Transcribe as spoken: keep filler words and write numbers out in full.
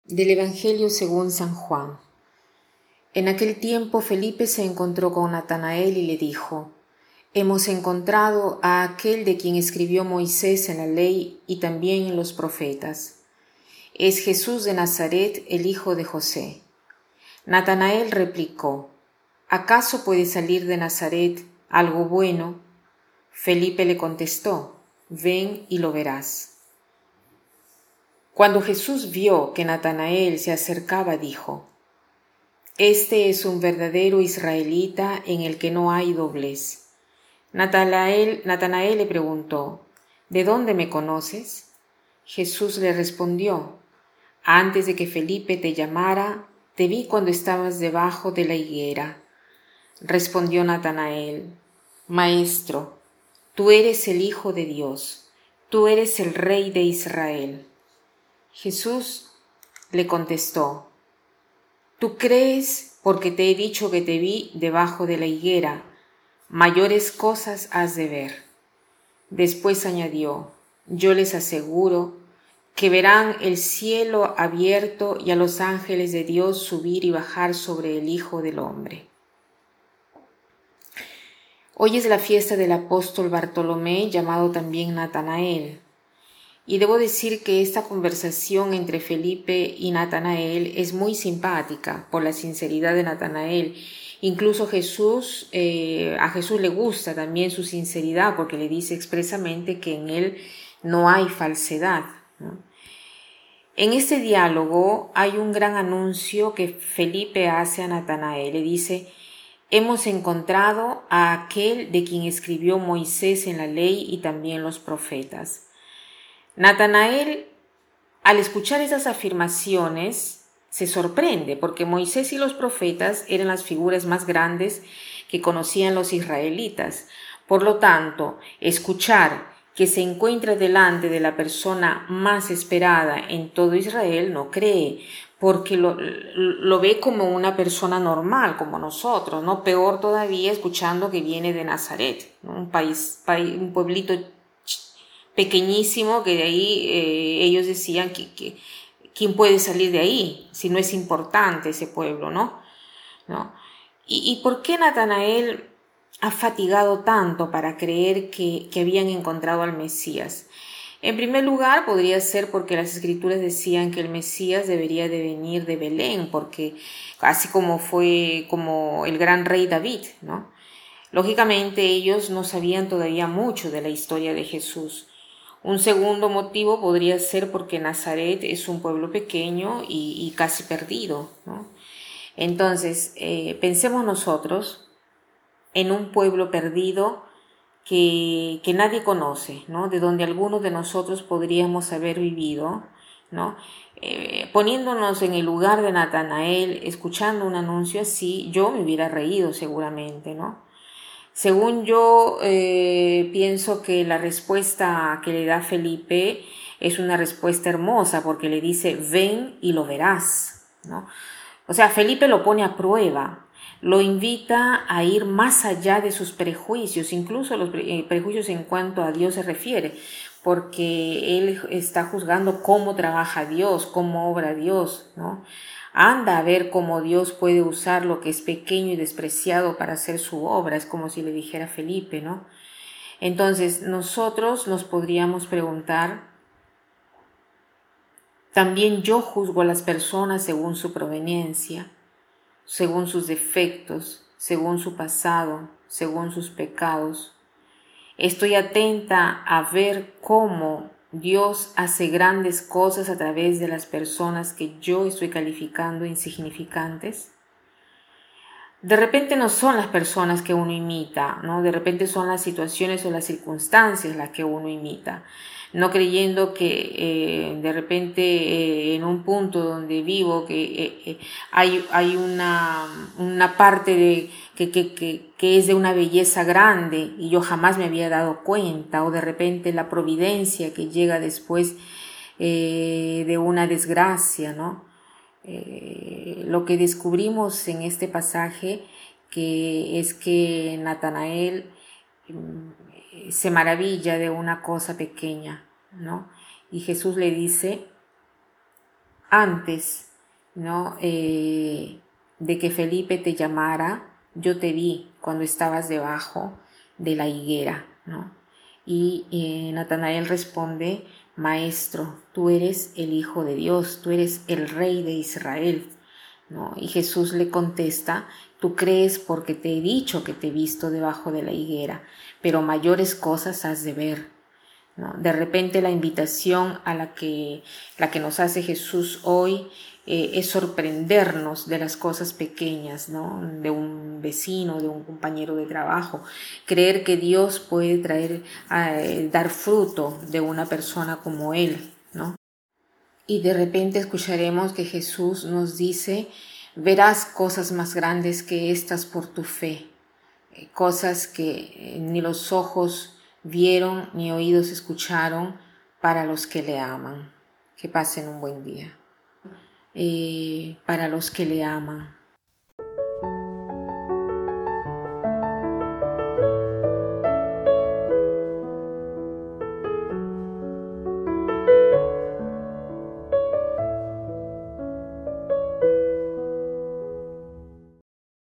Del Evangelio según San Juan. En aquel tiempo Felipe se encontró con Natanael y le dijo: Hemos encontrado a aquel de quien escribió Moisés en la ley y también en los profetas. Es Jesús de Nazaret, el hijo de José. Natanael replicó: ¿Acaso puede salir de Nazaret algo bueno? Felipe le contestó: Ven y lo verás. Cuando Jesús vio que Natanael se acercaba, dijo: Este es un verdadero israelita en el que no hay doblez. Natanael, Natanael le preguntó: ¿De dónde me conoces? Jesús le respondió: Antes de que Felipe te llamara, te vi cuando estabas debajo de la higuera. Respondió Natanael: Maestro, tú eres el Hijo de Dios, tú eres el Rey de Israel. Jesús le contestó: Tú crees porque te he dicho que te vi debajo de la higuera, mayores cosas has de ver. Después añadió: Yo les aseguro que verán el cielo abierto y a los ángeles de Dios subir y bajar sobre el Hijo del Hombre. Hoy es la fiesta del apóstol Bartolomé, llamado también Natanael. Y debo decir que esta conversación entre Felipe y Natanael es muy simpática por la sinceridad de Natanael. Incluso Jesús, eh, a Jesús le gusta también su sinceridad porque le dice expresamente que en él no hay falsedad, ¿no? En este diálogo hay un gran anuncio que Felipe hace a Natanael. Le dice: Hemos encontrado a aquel de quien escribió Moisés en la ley y también los profetas. Natanael, al escuchar esas afirmaciones, se sorprende porque Moisés y los profetas eran las figuras más grandes que conocían los israelitas. Por lo tanto, escuchar que se encuentra delante de la persona más esperada en todo Israel no cree, porque lo, lo ve como una persona normal, como nosotros, ¿no? Peor todavía escuchando que viene de Nazaret, ¿no? Un país, país, un pueblito pequeñísimo que de ahí eh, ellos decían que, que quién puede salir de ahí si no es importante ese pueblo, ¿no? ¿No? ¿Y, y por qué Natanael ha fatigado tanto para creer que, que habían encontrado al Mesías? En primer lugar, podría ser porque las escrituras decían que el Mesías debería de venir de Belén, porque así como fue como el gran rey David, ¿no? Lógicamente ellos no sabían todavía mucho de la historia de Jesús. Un segundo motivo podría ser porque Nazaret es un pueblo pequeño y, y casi perdido, ¿no? Entonces, eh, pensemos nosotros en un pueblo perdido que, que nadie conoce, ¿no? De donde algunos de nosotros podríamos haber vivido, ¿no? Eh, poniéndonos en el lugar de Natanael, escuchando un anuncio así, yo me hubiera reído seguramente, ¿no? Según yo, eh, pienso que la respuesta que le da Felipe es una respuesta hermosa porque le dice: ven y lo verás, ¿no? O sea, Felipe lo pone a prueba, lo invita a ir más allá de sus prejuicios, incluso los prejuicios en cuanto a Dios se refiere, porque él está juzgando cómo trabaja Dios, cómo obra Dios, ¿no? Anda a ver cómo Dios puede usar lo que es pequeño y despreciado para hacer su obra, es como si le dijera Felipe, ¿no? Entonces, nosotros nos podríamos preguntar: ¿también yo juzgo a las personas según su proveniencia, según sus defectos, según su pasado, según sus pecados? Estoy atenta a ver cómo Dios hace grandes cosas a través de las personas que yo estoy calificando insignificantes. De repente no son las personas que uno imita, ¿no? De repente son las situaciones o las circunstancias las que uno imita, no creyendo que eh, de repente eh, en un punto donde vivo que eh, eh, hay, hay una, una parte de, que, que, que, que es de una belleza grande y yo jamás me había dado cuenta, o de repente la providencia que llega después eh, de una desgracia, ¿no? Eh, lo que descubrimos en este pasaje que es que Natanael eh, se maravilla de una cosa pequeña, ¿no? Y Jesús le dice: antes, ¿no? Eh, de que Felipe te llamara, yo te vi cuando estabas debajo de la higuera, ¿no? Y eh, Natanael responde, Maestro, tú eres el Hijo de Dios, tú eres el Rey de Israel, ¿no? Y Jesús le contesta, tú crees porque te he dicho que te he visto debajo de la higuera, pero mayores cosas has de ver, ¿no? De repente la invitación a la que, la que nos hace Jesús hoy eh, es sorprendernos de las cosas pequeñas, ¿no? De un vecino, de un compañero de trabajo, creer que Dios puede traer, eh, dar fruto de una persona como Él, ¿no? Y de repente escucharemos que Jesús nos dice, verás cosas más grandes que estas por tu fe, cosas que ni los ojos vieron ni oídos escucharon para los que le aman. Que pasen un buen día. Eh, para los que le aman.